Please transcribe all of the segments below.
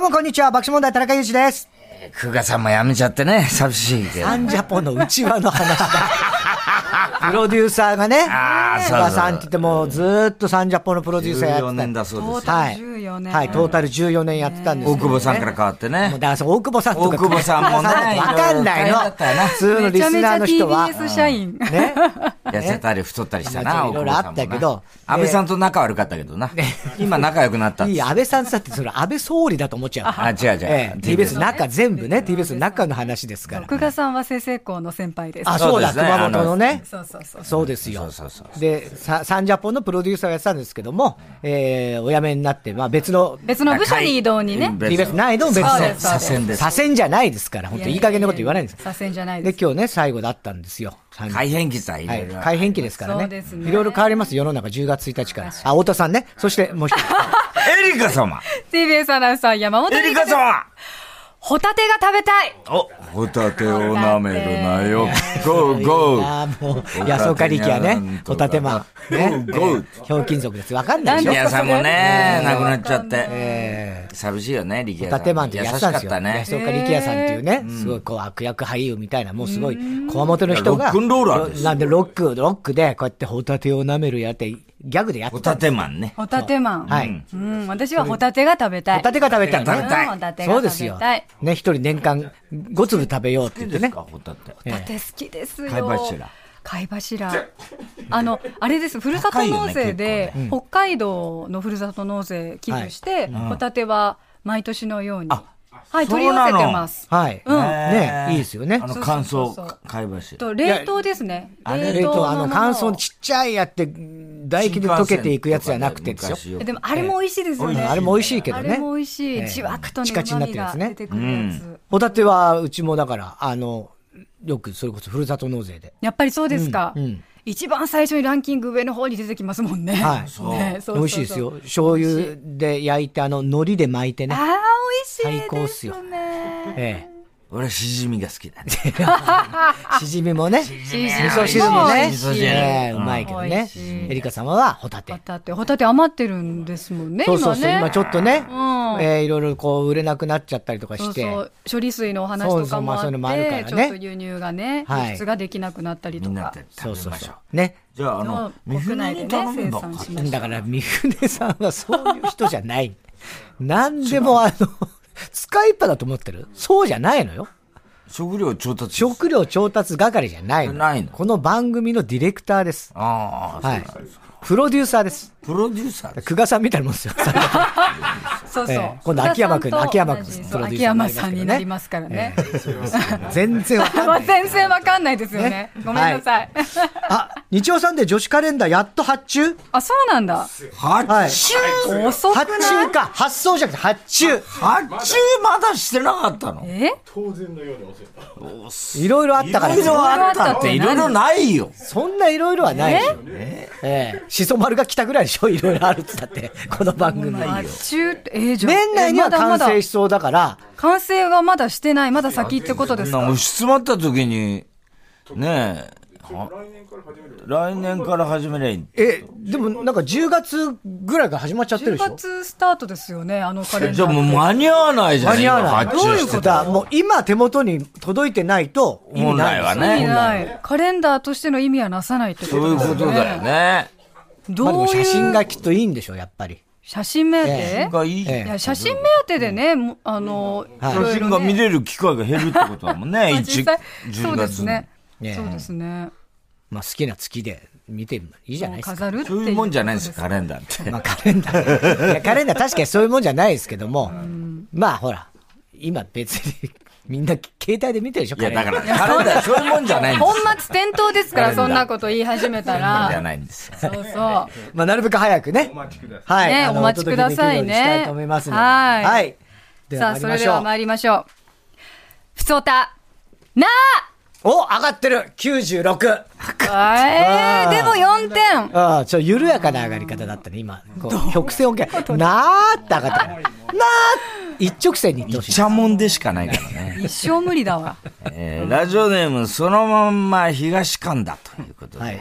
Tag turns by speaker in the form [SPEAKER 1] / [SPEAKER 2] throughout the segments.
[SPEAKER 1] もこんにちは、爆笑問題田中裕二です。
[SPEAKER 2] 久我さんも辞めちゃってね、寂しいけど。
[SPEAKER 1] サンジャポの内輪の話だ。プロデューサーがね、久我さんって言ってもずーっとサンジャポのプロデューサーやってた。
[SPEAKER 2] 14年だそうです。
[SPEAKER 1] はい。はい、トータル14年やってたんですけど、ね。
[SPEAKER 2] 大久保さんから変わってね。
[SPEAKER 1] もうだから大久保さんとか。
[SPEAKER 2] 大久保さんもね。
[SPEAKER 1] わかんないの。普通のリスナーの人は。
[SPEAKER 3] めちゃめちゃ TBS 社員。
[SPEAKER 1] ね。
[SPEAKER 2] 痩せたり太ったりしたな、
[SPEAKER 1] いろいろあったけど。
[SPEAKER 2] 安倍さんと仲悪かったけどな。今仲良くなった。
[SPEAKER 1] いい、安倍さんだってそれ安倍総理だと思っちゃう。
[SPEAKER 2] あ、違う。
[SPEAKER 1] TBS 中全部ね、TBS 中の話ですから。
[SPEAKER 3] 久我さんは済々校の先輩です。
[SPEAKER 1] あ、そうだ、熊本のね。
[SPEAKER 3] そう
[SPEAKER 1] ですよ。で、サンジャポのプロデューサーをやってたんですけども、お辞めになって、まあ別の
[SPEAKER 3] 部署に移動にね。
[SPEAKER 1] TBS 内の別の。
[SPEAKER 2] 左遷です。
[SPEAKER 1] 左遷じゃないですから、本当いい加減なこと言わないんです。
[SPEAKER 3] 左遷じゃないです。
[SPEAKER 1] で、今日ね、最後だったんですよ。
[SPEAKER 2] 改編期さ、いろいろ。
[SPEAKER 1] 改編期ですからね。いろいろ変わります、世の中10月1日から。あ、太田さんね。そしてもう一人。
[SPEAKER 2] エリカ様。
[SPEAKER 3] TBS アナウンサー山本
[SPEAKER 2] エリカ様。
[SPEAKER 3] ホタテが食べたい。
[SPEAKER 2] ホタテを舐めるなよ。ゴーゴー。
[SPEAKER 1] ああ、もう、安岡力也ね。ホタテマン。ね。ひょうきん族です。わかんないでしょ。
[SPEAKER 2] 皆さんもね、亡くなっちゃって。寂しいよね、力也さん。
[SPEAKER 1] ホタテマンってやってたんですよ。安岡力也さんっていうね、すごいこう悪役俳優みたいな、もうすごい、こわもての人が。
[SPEAKER 2] ロックンローラーです。
[SPEAKER 1] なんでロックで、こうやってホタテを舐めるやって、ギャグでやってた。
[SPEAKER 2] ホタテマンね。
[SPEAKER 3] ホタテマン。
[SPEAKER 1] はい。
[SPEAKER 3] 私はホタテが食べたい。
[SPEAKER 1] ホタテが食べたい。
[SPEAKER 3] ホタテが食べたい。
[SPEAKER 1] そうですよ。ね、一人年間5粒食べようって言ってね。
[SPEAKER 2] ホタテ。
[SPEAKER 3] ホタテ好きですよ。貝柱。あれです。ふるさと納税で、北海道のふるさと納税寄付して、ホタテは毎年のように。はい、取り寄せてます。
[SPEAKER 1] はい。ね、いいですよね。
[SPEAKER 2] 乾燥貝柱。
[SPEAKER 3] 冷凍ですね。
[SPEAKER 1] 冷凍、乾燥ちっちゃいやって、唾液で溶けていくやつじゃなくてですよ。
[SPEAKER 3] でも、あれも美味しいですよね。
[SPEAKER 1] あれも美味しいけどね。
[SPEAKER 3] あれも美味しい。じわっとね、旨味が出てくるやつ。
[SPEAKER 1] ホタテは、うちもだから、よく、それこそふるさと納税で。
[SPEAKER 3] やっぱりそうですか。一番最初にランキング上の方に出てきますもんね。
[SPEAKER 1] はい。美味しいですよ。醤油で焼いて、海苔で巻いてね。
[SPEAKER 3] ああ、美味しいですね。
[SPEAKER 1] 最高っすよ。
[SPEAKER 2] 俺、しじみが好きだね。
[SPEAKER 1] しじみもね。味噌汁もね。うまいけどね。エリカ様はホタテ。
[SPEAKER 3] ホタテ余ってるんですもんね。
[SPEAKER 1] そう。今ちょっとね、いろいろこう売れなくなっちゃったりとかして。
[SPEAKER 3] 処理水のお話とかもあって、ちょっと輸入がね、輸出ができなくなってりとか。
[SPEAKER 1] そう。ね。
[SPEAKER 2] じゃあ、
[SPEAKER 3] 国内でね、生産しましょう。
[SPEAKER 1] だから、三船さんはそういう人じゃない。なんでも使いっぱだと思ってる？そうじゃないのよ。
[SPEAKER 2] 食料調達
[SPEAKER 1] 係じゃないの。この番組のディレクターです。
[SPEAKER 2] はい。
[SPEAKER 1] プロデューサーです。久我さんみたいなもんですよ。
[SPEAKER 3] そう。
[SPEAKER 1] 今度秋山くんプロデューサー。
[SPEAKER 3] 秋山さんになりますからね。
[SPEAKER 1] 全然わかんない。
[SPEAKER 3] 全然わかんないですよね。ごめんなさい。
[SPEAKER 1] 日曜さんで女子カレンダーやっと発注？
[SPEAKER 3] あ、そうなんだ。
[SPEAKER 2] 発注？
[SPEAKER 3] 遅くない？
[SPEAKER 1] 発注か。発送じゃなくて発注。
[SPEAKER 2] 発注まだしてなかったの？
[SPEAKER 4] 当然のように遅
[SPEAKER 1] い。いろいろあったから。
[SPEAKER 2] いろいろあったっていろいろないよ。
[SPEAKER 1] そんないろいろはないですよね。しそ丸が来たぐらいでしょ、いろいろあるってだって、この番組。年内には完成しそうだから。
[SPEAKER 3] 完成がまだしてない、まだ先ってことですか？
[SPEAKER 2] 質まった時に、ねえ、来年から始めりゃいい。
[SPEAKER 1] でもなんか10月ぐらいから始まっちゃってるでしょ？
[SPEAKER 3] 10 月スタートですよね、カレンダー。
[SPEAKER 2] じゃあもう間に合わないじゃん。
[SPEAKER 1] 間に合わない。
[SPEAKER 2] どういうこと
[SPEAKER 1] だ？もう今手元に届いてないと意味ないわね。
[SPEAKER 3] 意味ない。カレンダーとしての意味はなさないってことですね。
[SPEAKER 2] そういうことだよね。
[SPEAKER 1] でも写真がきっといいんでしょ、やっぱり。
[SPEAKER 3] 写真目当て？
[SPEAKER 2] い
[SPEAKER 3] や、写真目当てでね、
[SPEAKER 2] 写真が見れる機会が減るってことだもんね、10月。
[SPEAKER 3] そうですね。そうですね。
[SPEAKER 1] まあ好きな月で見てもいいじゃないですか。
[SPEAKER 3] 飾るって
[SPEAKER 2] そういうもんじゃないですよ、カレンダーって。
[SPEAKER 1] まあカレンダー確かにそういうもんじゃないですけども、まあほら、今別にみんな携帯で見てるでしょ。
[SPEAKER 2] いやだからカレンダーそういうもんじゃないんですよ。
[SPEAKER 3] 本末転倒ですから、そんなこと言い始めたら。
[SPEAKER 2] じゃないんですよ。
[SPEAKER 3] そうそう。
[SPEAKER 1] まあなるべく早くね。はい。
[SPEAKER 3] お待ちくださいね。
[SPEAKER 1] したいと思いますので。
[SPEAKER 3] はい。
[SPEAKER 1] で
[SPEAKER 3] さあ、それでは参りましょう。ふつおたな
[SPEAKER 1] 上がってる 96。
[SPEAKER 3] でも4点。
[SPEAKER 1] 緩やかな上がり方だったね、今。曲線 OK。なーって上がった。なー一直線に行ってほしい。
[SPEAKER 2] イチャモンでしかないからね。
[SPEAKER 3] 一生無理だわ。
[SPEAKER 2] ラジオネームそのまんま東神田ということで。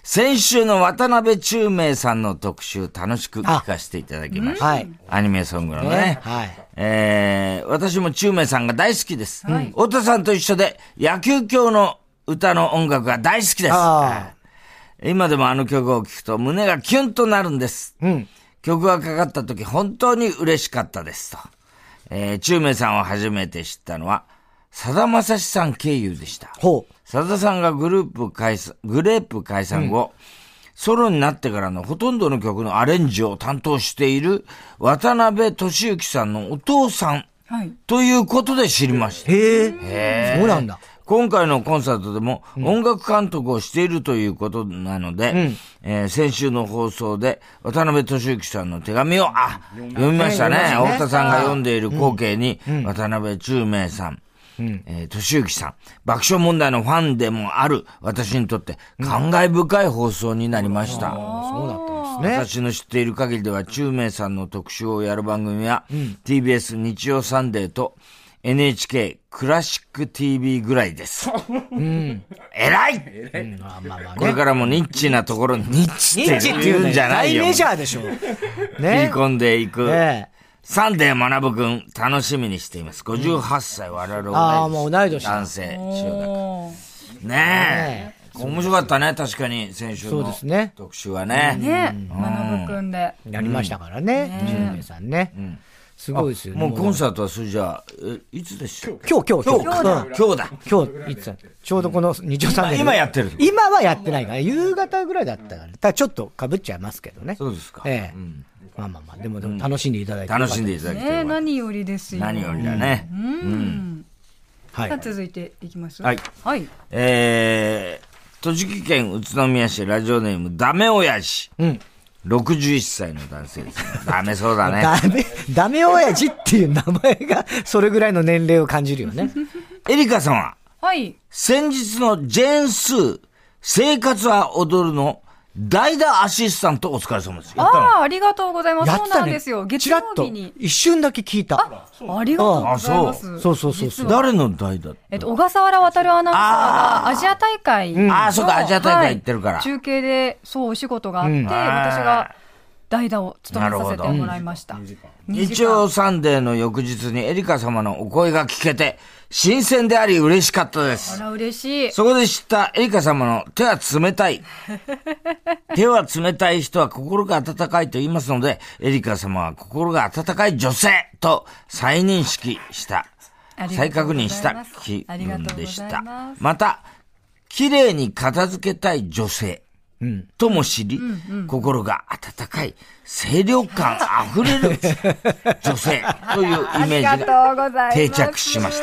[SPEAKER 2] 先週の渡辺宙明さんの特集楽しく聞かせていただきました。アニメソングのね。私も宙明さんが大好きです。太田さんと一緒で野球教の歌の音楽が大好きです。今でもあの曲を聴くと胸がキュンとなるんです。曲がかかった時本当に嬉しかったですと。宙明さんを初めて知ったのは、さだまさしさん経由でした。さださんがグレープ解散後、ソロになってからのほとんどの曲のアレンジを担当している渡辺俊之さんのお父さん、ということで知りました。
[SPEAKER 1] そうなんだ。
[SPEAKER 2] 今回のコンサートでも音楽監督をしているということなので、先週の放送で渡辺俊之さんの手紙を、読みましたね。太田さんが読んでいる光景に、渡辺宙明さん、俊之さん、爆笑問題のファンでもある私にとって感慨深い放送になりました。
[SPEAKER 1] そうだったんですね。
[SPEAKER 2] 私の知っている限りでは宙明さんの特集をやる番組は、TBS 日曜サンデーとNHK クラシック TV ぐらいです。偉い、これからもニッチなところにニッチって言うんじゃないよ。
[SPEAKER 1] 大メジャーでしょ。
[SPEAKER 2] 切り込んでいく。サンデー学ぶくん、楽しみにしています。58歳、我々
[SPEAKER 1] もう同い年。
[SPEAKER 2] 男性、千代田。ねえ。面白かったね、確かに、先週の特集はね。
[SPEAKER 3] 学ぶくんで。
[SPEAKER 1] やりましたからね、10名さんね。すごいですよね。
[SPEAKER 2] もうコンサートはそれじゃあ、いつでしょう？
[SPEAKER 1] 今日だ。今日、いつちょうどこの日曜サンデー。
[SPEAKER 2] 今やってる。
[SPEAKER 1] 今はやってないから、夕方ぐらいだったから。ただちょっと被っちゃいますけどね。
[SPEAKER 2] そうですか。
[SPEAKER 1] まあ、でも楽しんでいただいて。
[SPEAKER 2] 楽しんでいただきたい。
[SPEAKER 3] 何よりですよ。
[SPEAKER 2] 何よりだね。
[SPEAKER 3] さあ続いていきます。
[SPEAKER 2] はい。栃木県宇都宮市ラジオネームダメ親父。61歳の男性ですね。ダメそうだね。
[SPEAKER 1] ダメ親父っていう名前がそれぐらいの年齢を感じるよね。
[SPEAKER 2] エリカ様。先日のジェーンスー生活は踊るの代打アシスタントお疲れ様です。
[SPEAKER 3] ありがとうございます。そうなんですよ。月曜日に。
[SPEAKER 1] 一瞬だけ聞いた。
[SPEAKER 3] ありがとうございます。
[SPEAKER 1] そう。
[SPEAKER 2] 誰の代打？
[SPEAKER 3] 小笠原渉アナウンサーがアジア大会。
[SPEAKER 2] そうか、アジア大会行ってるから。
[SPEAKER 3] 中継で、お仕事があって、私が代打を務めさせてもらいました。
[SPEAKER 2] 日曜サンデーの翌日にエリカ様のお声が聞けて、新鮮であり嬉しかったです。
[SPEAKER 3] あら、嬉しい。
[SPEAKER 2] そこで知ったエリカ様の手は冷たい。手は冷たい人は心が温かいと言いますので、エリカ様は心が温かい女性と再認識した。再確認した気分でした。また、綺麗に片付けたい女性。とも知り、心が温かい、清涼感あふれる女性というイメージが定着しました。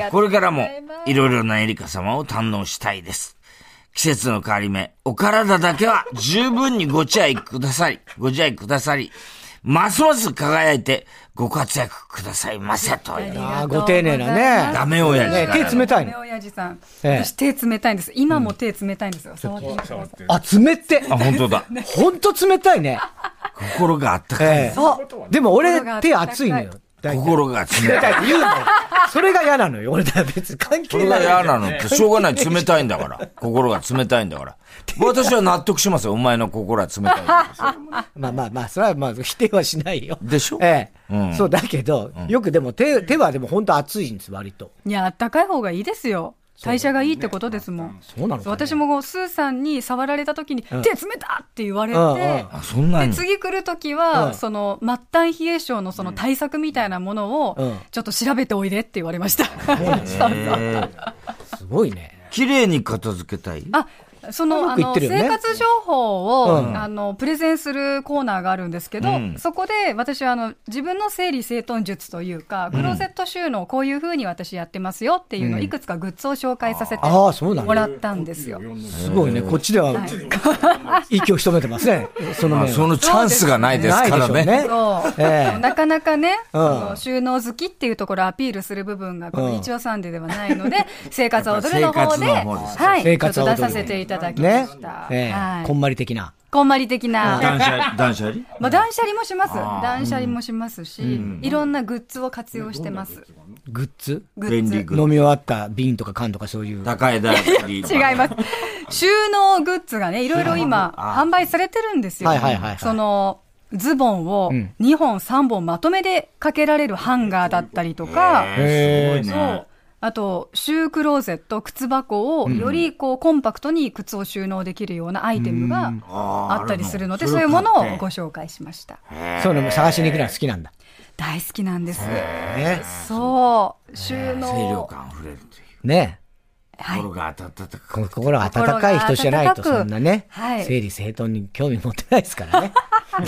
[SPEAKER 2] これからもいろいろなエリカ様を堪能したいです。季節の変わり目、お体だけは十分にご自愛くださり、ますます輝いてご活躍くださいませという。
[SPEAKER 1] ご丁寧なね。
[SPEAKER 2] ダメ親父。
[SPEAKER 1] 手冷たいの。
[SPEAKER 3] ダメ親父さん。私手冷たいんです。今も手冷たいんですよ。
[SPEAKER 1] 冷て。
[SPEAKER 2] 本当だ。
[SPEAKER 1] 本当冷たいね。
[SPEAKER 2] 心があったかい。
[SPEAKER 1] でも俺手熱いのよ。
[SPEAKER 2] 心が冷たいって
[SPEAKER 1] 言うのよ。それが嫌なのよ。俺だ別に関係ない。
[SPEAKER 2] それが嫌なのってしょうがない。冷たいんだから。心が冷たいんだから。私は納得しますよ。お前の心は冷たい。
[SPEAKER 1] まあ、それは否定はしないよ。
[SPEAKER 2] でしょ？
[SPEAKER 1] そうだけど、よくでも手はでも本当熱いんです、割と。
[SPEAKER 3] いや、あったかい方がいいですよ。代謝がいいってことですもん。
[SPEAKER 1] そうなのか。
[SPEAKER 3] 私もスーさんに触られた時に、手冷たって言われて、
[SPEAKER 2] そんなに。
[SPEAKER 3] で、次来る時は、末端冷え性の対策みたいなものを、ちょっと調べておいでって言われました。
[SPEAKER 1] すごいね。
[SPEAKER 2] 綺麗に片付けたい？
[SPEAKER 3] 生活情報を、プレゼンするコーナーがあるんですけど、そこで私は自分の整理整頓術というか、クローゼット収納こういう風に私やってますよっていうのをいくつかグッズを紹介させてもらったんですよ。
[SPEAKER 1] すごいね。こっちでは息を潜めてますね。
[SPEAKER 2] そのチャンスがないですからね。
[SPEAKER 3] なかなかね、収納好きっていうところをアピールする部分がこの日曜サンデーではないので、生活は踊るの方で、ちょっと出させていたただきました。
[SPEAKER 1] こんまり的な。
[SPEAKER 3] こんまり的な。
[SPEAKER 2] 断捨離
[SPEAKER 3] まあ断捨離もします。断捨離もしますし、いろんなグッズを活用してます。
[SPEAKER 1] グッズ？
[SPEAKER 2] 便利グッズ。
[SPEAKER 1] 飲み終わった瓶とか缶とかそういう。
[SPEAKER 2] 高いだったり。
[SPEAKER 3] 違います。収納グッズがね、いろいろ今、販売されてるんですよ。その、ズボンを2本3本まとめでかけられるハンガーだったりとか、
[SPEAKER 2] すごいね。
[SPEAKER 3] そう。あと、シュークローゼット、靴箱をよりこうコンパクトに靴を収納できるようなアイテムがあったりするので、そういうものをご紹介しました。
[SPEAKER 1] そういうのも探しに行くのは好きなんだ。
[SPEAKER 3] 大好きなんです。そう。収納。
[SPEAKER 2] 清涼感あふれるという。
[SPEAKER 1] ね。
[SPEAKER 2] 心が温かく。
[SPEAKER 1] 心が温かい人じゃないとそんなね、整理整頓に興味持ってないですからね。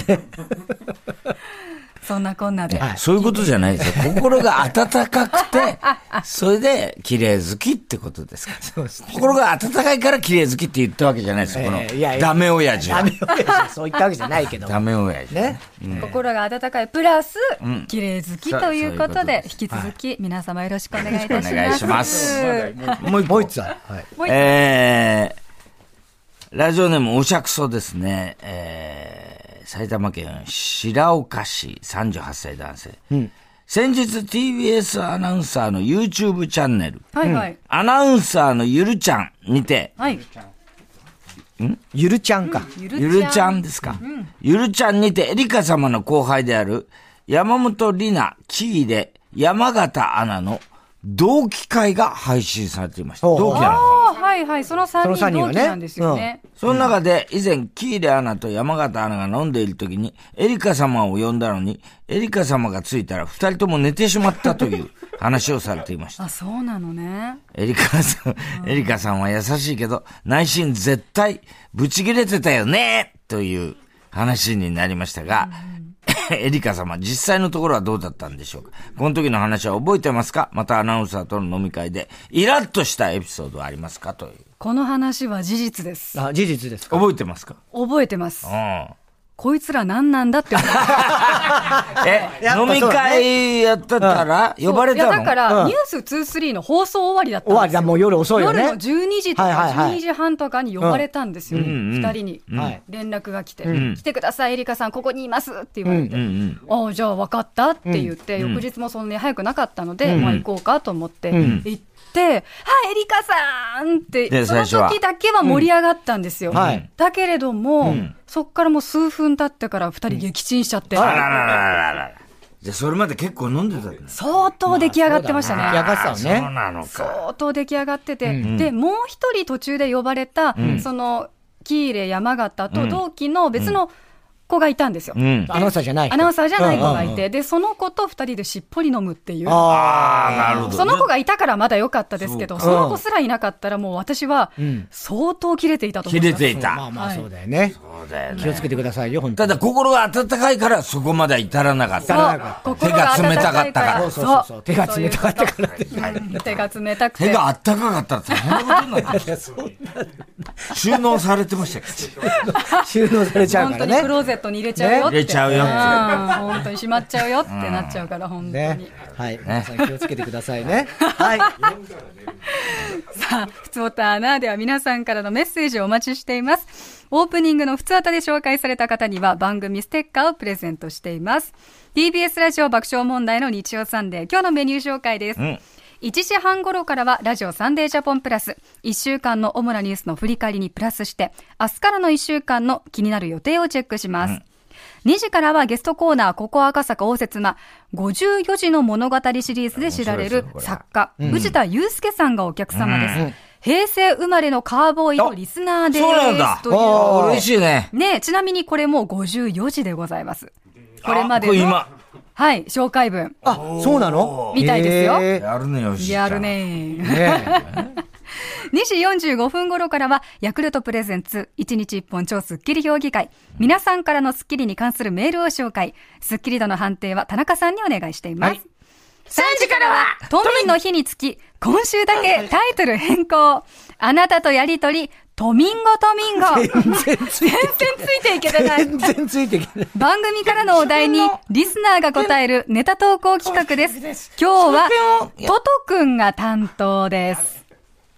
[SPEAKER 3] そんなこんなで。
[SPEAKER 2] そういうことじゃないですよ。心が温かくて、それで綺麗好きってことですから。そうですね。心が温かいから綺麗好きって言ったわけじゃないですよ。このダメ親父は。
[SPEAKER 1] ダメ親父そう言ったわけじゃないけど。
[SPEAKER 2] ダメ親父ね。
[SPEAKER 3] 心が温かいプラス綺麗好きということで、引き続き皆様よろしくお願いいたします。
[SPEAKER 2] お願いします。
[SPEAKER 1] もう一つは。
[SPEAKER 2] ラジオネームおしゃくそですね。埼玉県白岡市38歳男性。先日 TBS アナウンサーの YouTube チャンネル。アナウンサーのゆるちゃんにて。
[SPEAKER 1] ゆるちゃんか。
[SPEAKER 2] ゆるちゃんですか。ゆるちゃんにてエリカ様の後輩である山本里奈、キーで山形アナの同期会が配信されていました。同期なの。
[SPEAKER 3] はいはい。その3人同期なんですよね。
[SPEAKER 2] その中で以前、キーレアナと山形アナが飲んでいる時に、エリカ様を呼んだのに、エリカ様が着いたら二人とも寝てしまったという話をされていました。
[SPEAKER 3] あ、そうなのね。
[SPEAKER 2] エリカさんは優しいけど、内心絶対ブチ切れてたよねという話になりましたが、エリカ様、実際のところはどうだったんでしょうか。この時の話は覚えてますか。またアナウンサーとの飲み会でイラッとしたエピソードはありますかという。
[SPEAKER 3] この話は事実です。
[SPEAKER 1] あ、事実ですか。
[SPEAKER 2] 覚えてますか。
[SPEAKER 3] 覚えてます。こいつら何なんだって思
[SPEAKER 2] 飲み会やったら呼ばれたの。
[SPEAKER 3] いやだから、ニュース23の放送終わりだったんですよ。
[SPEAKER 1] 終わりだ、もう夜遅いよね。
[SPEAKER 3] 夜の12時とか12時半とかに呼ばれたんですよ。二人に連絡が来て、来てください、エリカさんここにいますって言われて、ああ、じゃあ分かったって言って、翌日もそんなに早くなかったので、まあ行こうかと思って行って、はい、エリカさんって、その時だけは盛り上がったんですよ。だけれども、そっからもう数分経ってから二人撃沈しちゃって。
[SPEAKER 2] あららららら。じゃあそれまで結構飲んでたんだ。
[SPEAKER 3] 相当出来上がってましたね。
[SPEAKER 1] 出来上がってたのね。
[SPEAKER 2] そうなのか。
[SPEAKER 3] 相当出来上がってて。で、もう一人途中で呼ばれた、その、キーレ山形と同期の別の子がいたんですよ。
[SPEAKER 1] アナウンサーじゃない。
[SPEAKER 3] アナウンサーじゃない子がいて、で、その子と二人でしっぽり飲むっていう。
[SPEAKER 2] ああ、なるほど。
[SPEAKER 3] その子がいたからまだ良かったですけど、その子すらいなかったらもう私は相当切れていたと思います。
[SPEAKER 2] 切れていた。
[SPEAKER 1] まあまあそうだよね。
[SPEAKER 2] そうだよね。
[SPEAKER 1] 気をつけてくださいよ、本当に。
[SPEAKER 2] ただ心が温かいからそこまでは至らなかった。手が冷たかったから。
[SPEAKER 1] そう。手が冷たかったから。
[SPEAKER 3] 手が冷たくて。
[SPEAKER 2] 手があったかかったら大変なことになって収納されてました
[SPEAKER 1] けど。収納されちゃうからね。
[SPEAKER 3] 本当にクローゼットに入れちゃうよって。
[SPEAKER 2] 入れちゃうよって。
[SPEAKER 3] 本当にしまっちゃうよってなっちゃうから、本当に。
[SPEAKER 1] はい。皆さん気をつけてくださいね。はい。
[SPEAKER 3] さあ、ふつおたアナでは皆さんからのメッセージをお待ちしています。オープニングのふつおたで紹介された方には番組ステッカーをプレゼントしています。TBS ラジオ爆笑問題の日曜サンデー、今日のメニュー紹介です。1時半頃からはラジオサンデージャポンプラス。1週間の主なニュースの振り返りにプラスして、明日からの1週間の気になる予定をチェックします。2時からはゲストコーナー、ここ赤坂応接間、54時の物語シリーズで知られる作家、藤田祐介さんがお客様です。平成生まれのカーボーイのリスナーです。
[SPEAKER 2] そうなんだ。嬉しいね。
[SPEAKER 3] ね、ちなみにこれも54時でございます。これまでの。はい、紹介文。
[SPEAKER 1] あ、そうなの？
[SPEAKER 3] みたいですよ。
[SPEAKER 2] やるねよ、
[SPEAKER 3] やるね。2時45分頃からは、ヤクルトプレゼンツ、1日1本超スッキリ評議会。皆さんからのスッキリに関するメールを紹介。スッキリ度の判定は田中さんにお願いしています。はい、3時からは、都民の日につき、今週だけタイトル変更。あなたとやりとり、トミンゴトミンゴ。全然ついていけてない。
[SPEAKER 1] 全然ついていけない。
[SPEAKER 3] 番組からのお題に、リスナーが答えるネタ投稿企画です。今日は、トトくんが担当です。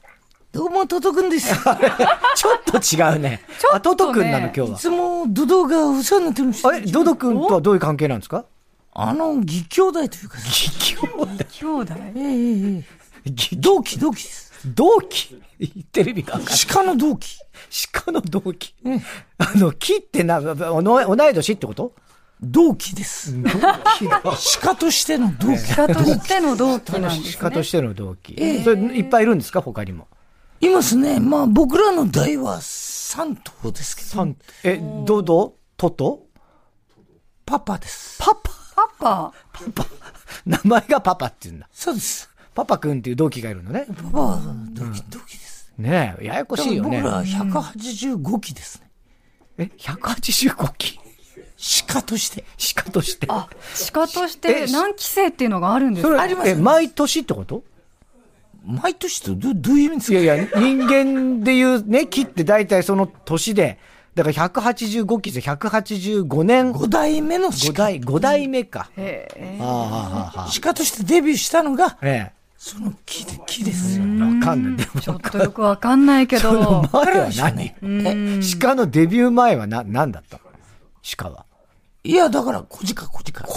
[SPEAKER 2] どうも、トトくんです。
[SPEAKER 1] ちょっと違うね。トトくんなの今日は。
[SPEAKER 2] いつも、ドドがお世話になってるんです。
[SPEAKER 1] ドドくんとはどういう関係なんですか？
[SPEAKER 2] 義兄弟というか。
[SPEAKER 1] 義兄弟？
[SPEAKER 2] 同期です。
[SPEAKER 1] 同期？テレビが
[SPEAKER 2] 鹿の同期。
[SPEAKER 1] 鹿の同期。木って同い年ってこと？
[SPEAKER 2] 同期です。鹿としての同期。
[SPEAKER 3] 鹿としての同期なんですね。
[SPEAKER 1] 鹿としての同期。それいっぱいいるんですか？他にも。
[SPEAKER 2] いますね。まあ僕らの代は3頭ですけど。
[SPEAKER 1] ドド？トト？
[SPEAKER 2] パパです。
[SPEAKER 3] パパ。
[SPEAKER 1] 名前がパパって言うんだ。
[SPEAKER 2] そうです。
[SPEAKER 1] パパくんっていう同期がいるのね。
[SPEAKER 2] パパは同期です。
[SPEAKER 1] ねえ、ややこしいよね。
[SPEAKER 2] 僕らは185期です
[SPEAKER 1] ね。185期？
[SPEAKER 2] 鹿として。
[SPEAKER 3] 鹿として何期生っていうのがあるんですか？
[SPEAKER 1] あります。毎年ってこと？
[SPEAKER 2] 毎年とどういう意味ですか？
[SPEAKER 1] いや人間でいうね、期って大体その年で、だから185期で185年。
[SPEAKER 2] 5代目の鹿。
[SPEAKER 1] 5代目か。
[SPEAKER 2] 鹿としてデビューしたのが、その木ですよ。
[SPEAKER 1] わかんない。
[SPEAKER 3] ちょっとよくわかんないけど。
[SPEAKER 1] その前は何？鹿のデビュー前は何だったの？鹿は。
[SPEAKER 2] いや、だから、小鹿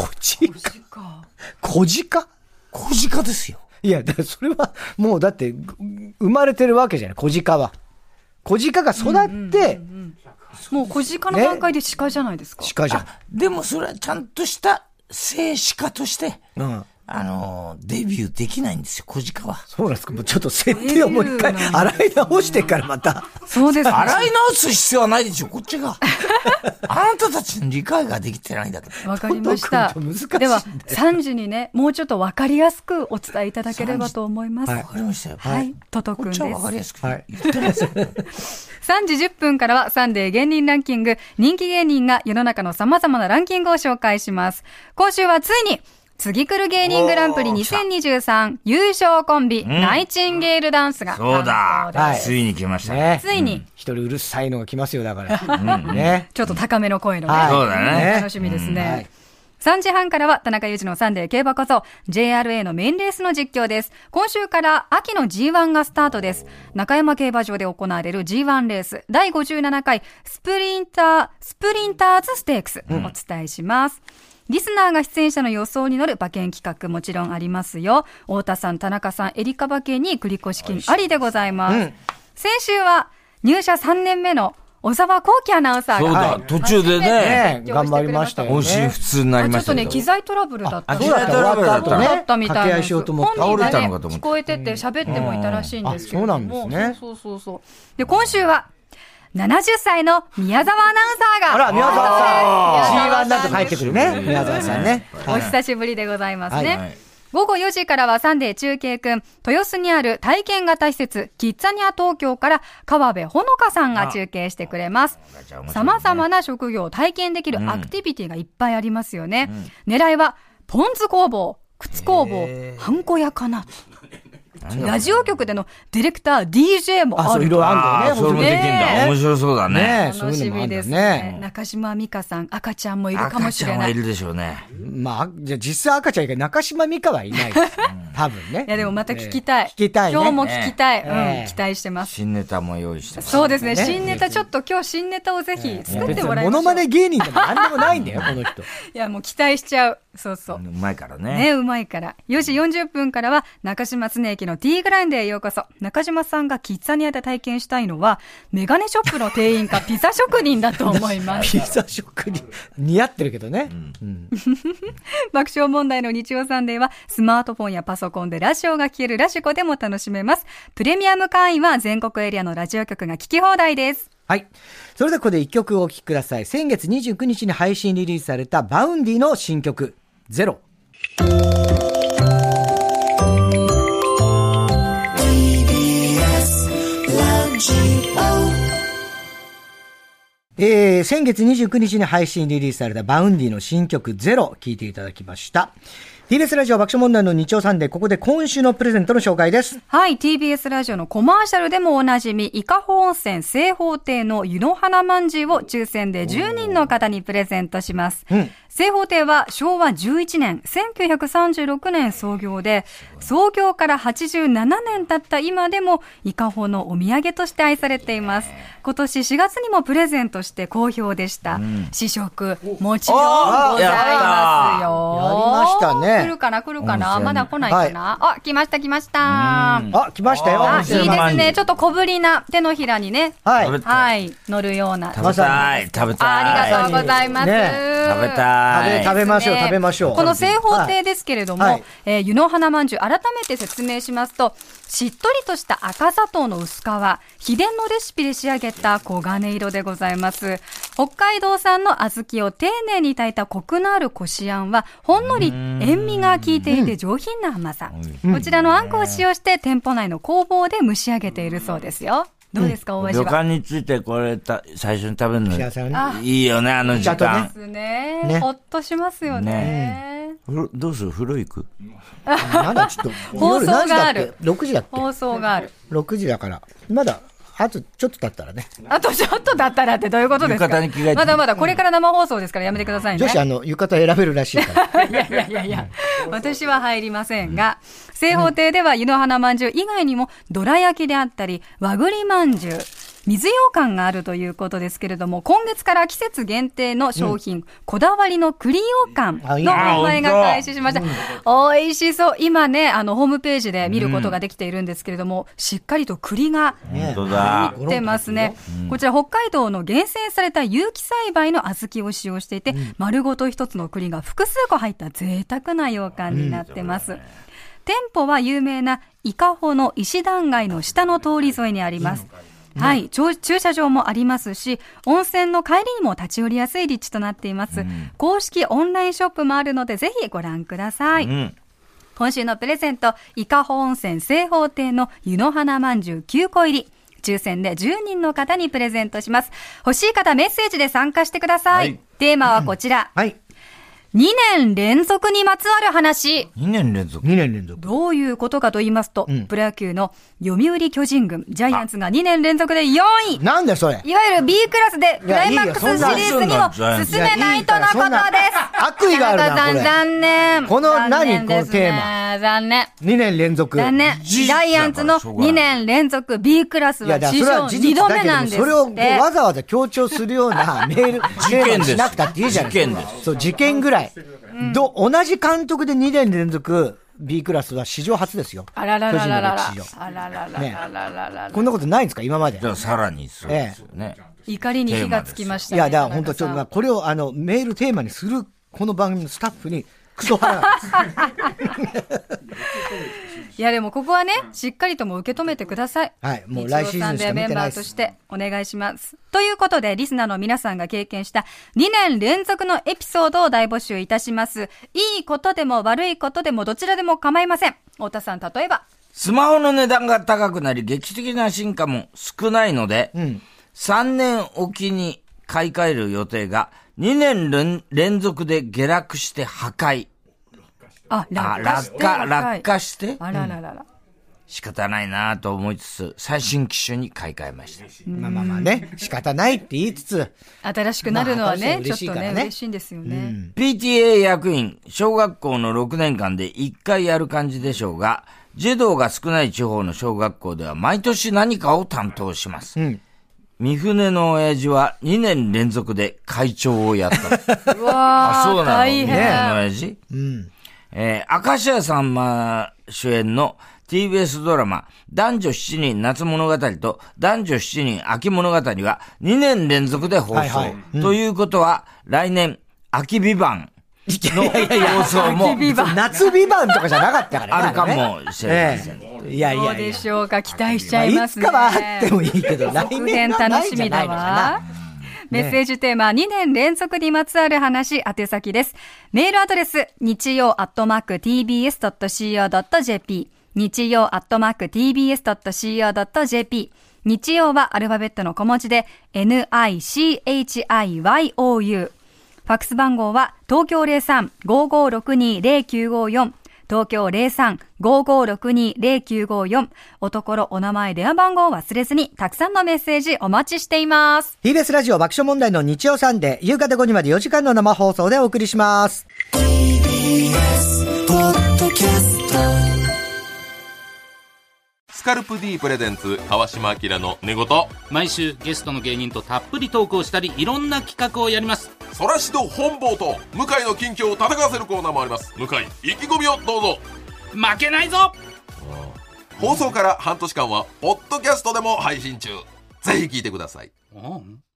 [SPEAKER 2] ですよ。
[SPEAKER 1] いや、それは、もうだって、生まれてるわけじゃない、小鹿は。小鹿が育って、
[SPEAKER 3] もう小鹿の段階で鹿じゃないですか。
[SPEAKER 1] 鹿じゃん。
[SPEAKER 2] でもそれはちゃんとした正鹿として、デビューできないんですよ、小鹿は。
[SPEAKER 1] そうなんですか。もうちょっと設定をもう一回洗い直してからまた。
[SPEAKER 3] そうですね。
[SPEAKER 2] 洗い直す必要はないでしょ、こっちが。あなたたちの理解ができてないんだけど。
[SPEAKER 3] わかりました。では、3時にね、もうちょっとわかりやすくお伝えいただければと思います。
[SPEAKER 2] わかりましたよ。
[SPEAKER 3] はい。トトくんです。
[SPEAKER 2] こっちはわかりやすく言ってます。
[SPEAKER 3] 3時10分からはサンデー芸人ランキング、人気芸人が世の中の様々なランキングを紹介します。今週はついに、次来る芸人グランプリ2023優勝コンビ、ナイチンゲールダンスが。
[SPEAKER 2] そうだ。ついに来ましたね。
[SPEAKER 3] ついに。
[SPEAKER 1] 一人うるさいのが来ますよ、だから。ね。
[SPEAKER 3] ちょっと高めの声のね。
[SPEAKER 2] そうだね。
[SPEAKER 3] 楽しみですね。3時半からは田中裕二のサンデー競馬こそ JRA のメインレースの実況です。今週から秋の G1 がスタートです。中山競馬場で行われる G1 レース第57回スプリンターズステークス、お伝えします。リスナーが出演者の予想に乗る馬券企画もちろんありますよ。太田さん、田中さん、エリカ馬券に繰越金ありでございます。先週は入社3年目の小沢光輝アナウンサーが。
[SPEAKER 2] そうだ、途中でね、
[SPEAKER 1] 頑張りましたよね。
[SPEAKER 2] 音信不通になりましたけど。
[SPEAKER 3] ちょっとね、機材トラブルだった。
[SPEAKER 1] 機材トラブルだ
[SPEAKER 3] ったみたいな。
[SPEAKER 1] しようと思って
[SPEAKER 3] 本人がね、聞こえてて喋ってもいたらしいんですけども。
[SPEAKER 1] そうなんですね。
[SPEAKER 3] そう。で、今週は、70歳の宮沢アナウンサーが。
[SPEAKER 1] あら、宮沢さん。G1 なんと帰ってくるね。宮沢さんね。
[SPEAKER 3] お久しぶりでございますね。午後4時からはサンデー中継くん、豊洲にある体験型施設、キッザニア東京から川辺ほのかさんが中継してくれます。様々な職業を体験できるアクティビティがいっぱいありますよね。狙いは、ポン酢工房、靴工房、ハンコ屋かな。ラジオ局でのディレクター、DJ もある。
[SPEAKER 1] そう、いろいろあるんだよね。
[SPEAKER 2] それもできんだ。面白そうだね。
[SPEAKER 3] 楽しみですね。中島美嘉さん、赤ちゃんもいるかもしれない。
[SPEAKER 2] 赤ちゃんはいるでしょうね。
[SPEAKER 1] まあ、じゃあ実際赤ちゃんいるけど、中島美嘉はいない。多分ね。
[SPEAKER 3] いや、でもまた聞きたい。
[SPEAKER 1] 聞きたいね。
[SPEAKER 3] 今日も聞きたい。期待してます。
[SPEAKER 2] 新ネタも用意してます。
[SPEAKER 3] そうですね。新ネタ、ちょっと今日新ネタをぜひ作ってもらいましょう。
[SPEAKER 1] モノマネ芸人でも何でもないんだよ、この人。
[SPEAKER 3] いや、もう期待しちゃう。そうそう。
[SPEAKER 2] うまいからね。
[SPEAKER 3] ね、うまいから。4時40分からは、中島恒之の T グラインドへようこそ。中島さんがキッザニアで体験したいのは、メガネショップの店員かピザ職人だと思います。
[SPEAKER 1] ピザ職人。似合ってるけどね。
[SPEAKER 3] 爆笑問題の日曜サンデーは、スマートフォンやパソコンでラジオが聴けるラジコでも楽しめます。プレミアム会員は全国エリアのラジオ局が聴き放題です。
[SPEAKER 1] はい。それではここで一曲お聴きください。先月29日に配信リリースされたバウンディの新曲、ゼロ。先月29日に配信リリースされたバウンディの新曲ゼロ聴いていただきました。 TBS ラジオ爆笑問題の日曜サンデー、ここで今週のプレゼントの紹介です。
[SPEAKER 3] はい、TBS ラジオのコマーシャルでもおなじみ、伊香保温泉正方亭の湯の花まんじゅうを抽選で10人の方にプレゼントします。正方亭は昭和11年、1936年創業で、創業から87年経った今でも、伊香保のお土産として愛されています。今年4月にもプレゼントして好評でした。試食、もちろんございますよ。
[SPEAKER 1] やりましたね。
[SPEAKER 3] 来るかなまだ来ないかな、はい、来ました。
[SPEAKER 1] 来ましたよ。
[SPEAKER 3] いいですね。ちょっと小ぶりな手のひらにね。
[SPEAKER 1] はい。
[SPEAKER 3] 乗るような。
[SPEAKER 2] 食べたい。
[SPEAKER 3] ありがとうございます。
[SPEAKER 2] 食べたい。
[SPEAKER 1] 食べましょう。
[SPEAKER 3] この正方亭ですけれども、湯の花まんじゅう、改めて説明しますと、しっとりとした赤砂糖の薄皮、秘伝のレシピで仕上げた黄金色でございます。北海道産の小豆を丁寧に炊いたコクのあるこしあんは、ほんのり塩味が効いていて上品な甘さ。こちらのあんこを使用して店舗内の工房で蒸し上げているそうですよ。どうですか、お味は。
[SPEAKER 2] 旅館についてこれ最初に食べるのいいよね、あの時間。
[SPEAKER 3] ですね。ほっとしますよね。
[SPEAKER 2] どうする？風呂行く？
[SPEAKER 1] まだちょっと。
[SPEAKER 3] 放送がある。
[SPEAKER 1] 6時だっけ？
[SPEAKER 3] 放送がある。
[SPEAKER 1] 6時だから。まだ、あとちょっと経ったらね。
[SPEAKER 3] あとちょっとだったらってどういうことですか？
[SPEAKER 2] 浴衣に着替えて。
[SPEAKER 3] まだまだこれから生放送ですからやめてくださいね。
[SPEAKER 1] 女子浴衣選べるらしいから。
[SPEAKER 3] いや。私は入りませんが、正方亭では湯の花まんじゅう以外にも、どら焼きであったり、和栗まんじゅう、水羊羹があるということですけれども、今月から季節限定の商品、こだわりの栗羊羹の販売が開始しました。美味しそう。今ね、ホームページで見ることができているんですけれども、しっかりと栗が入ってますね。こちら北海道の厳選された有機栽培の小豆を使用していて、丸ごと一つの栗が複数個入った贅沢な羊羹になってます。店舗は有名な伊香保の石段街の下の通り沿いにあります。はい、駐車場もありますし、温泉の帰りにも立ち寄りやすい立地となっています。公式オンラインショップもあるので、ぜひご覧ください。今週のプレゼント、伊香保温泉正方亭の湯の花まんじゅう9個入り。抽選で10人の方にプレゼントします。欲しい方メッセージで参加してください。テーマはこちら。2年連続にまつわる話。
[SPEAKER 2] 2年連続。
[SPEAKER 3] どういうことかと言いますと、プロ野球の読売巨人軍、ジャイアンツが2年連続で4位。
[SPEAKER 1] なんだそれ。
[SPEAKER 3] いわゆる B クラスでクライマックスシリーズにも進めないとのことです。
[SPEAKER 1] 悪意があるな、これ。
[SPEAKER 3] 残念。
[SPEAKER 1] この何このテーマ。
[SPEAKER 3] 残念。
[SPEAKER 1] 2年連続。
[SPEAKER 3] 残念。ジャイアンツの2年連続 B クラスは史上2度目なんですって。
[SPEAKER 1] それをわざわざ強調するようなメール、
[SPEAKER 2] 事件
[SPEAKER 1] しなくたっていいじゃないですか。事件です。そう、事件ぐらい。同じ監督で2年連続 B クラスは史上初ですよ。
[SPEAKER 3] あららららら。
[SPEAKER 1] こんなことないんですか今まで。
[SPEAKER 2] じゃあさらにそうですよね。
[SPEAKER 3] 怒りに火がつきました
[SPEAKER 1] ね。いや、だから本当ちょっとこれをメールテーマにするこの番組のスタッフにクソ腹なんです。
[SPEAKER 3] いやでもここはね、しっかりとも受け止めてください。
[SPEAKER 1] はい、もう来シーズンしか見てないです。メンバー
[SPEAKER 3] としてお願いします。ということで、リスナーの皆さんが経験した2年連続のエピソードを大募集いたします。いいことでも悪いことでもどちらでも構いません。太田さん、例えば。
[SPEAKER 2] スマホの値段が高くなり、劇的な進化も少ないので、3年おきに買い替える予定が2年連続で下落して破壊。落下して。
[SPEAKER 3] あらららら。
[SPEAKER 2] 仕方ないなと思いつつ、最新機種に買い替えました。
[SPEAKER 1] まあね、仕方ないって言いつつ。
[SPEAKER 3] 新しくなるのはね、ちょっとね、嬉しいんですよね。
[SPEAKER 2] PTA 役員、小学校の6年間で1回やる感じでしょうが、児童が少ない地方の小学校では毎年何かを担当します。三船の親父は2年連続で会長をやった。
[SPEAKER 3] うわー、そうなの。大変。
[SPEAKER 2] 三船の親父。明石家さんま主演の TBS ドラマ男女7人夏物語と男女7人秋物語は2年連続で放送。ということは来年秋ビバンの放送も
[SPEAKER 1] 夏ビバンとかじゃなかったから
[SPEAKER 2] ね。あるかもしれません。
[SPEAKER 3] どうでしょうか、期待しちゃいますね。
[SPEAKER 1] いつかはあってもいいけど、
[SPEAKER 3] 来年は楽しみだわ。メッセージテーマ、2年連続にまつわる話、宛先です。メールアドレス、日曜@tbs.co.jp、日曜@tbs.co.jp、日曜はアルファベットの小文字で、NICHIYOU。 ファックス番号は東京 03-5562-0954 東京 03-5562-0954 おところお名前電話番号を忘れずにたくさんのメッセージお待ちしています。
[SPEAKER 1] TBS ラジオ爆笑問題の日曜サンデー夕方5時まで4時間の生放送でお送りします。 TBS ポッドキャスト
[SPEAKER 5] スカルプ D プレゼンツ川島明の寝言。
[SPEAKER 6] 毎週ゲストの芸人とたっぷりトークをしたりいろんな企画をやります。
[SPEAKER 5] そらしど本坊と向井の近況を戦わせるコーナーもあります。向井意気込みをどうぞ。
[SPEAKER 6] 負けないぞ。
[SPEAKER 5] 放送から半年間はポッドキャストでも配信中。ぜひ聞いてください。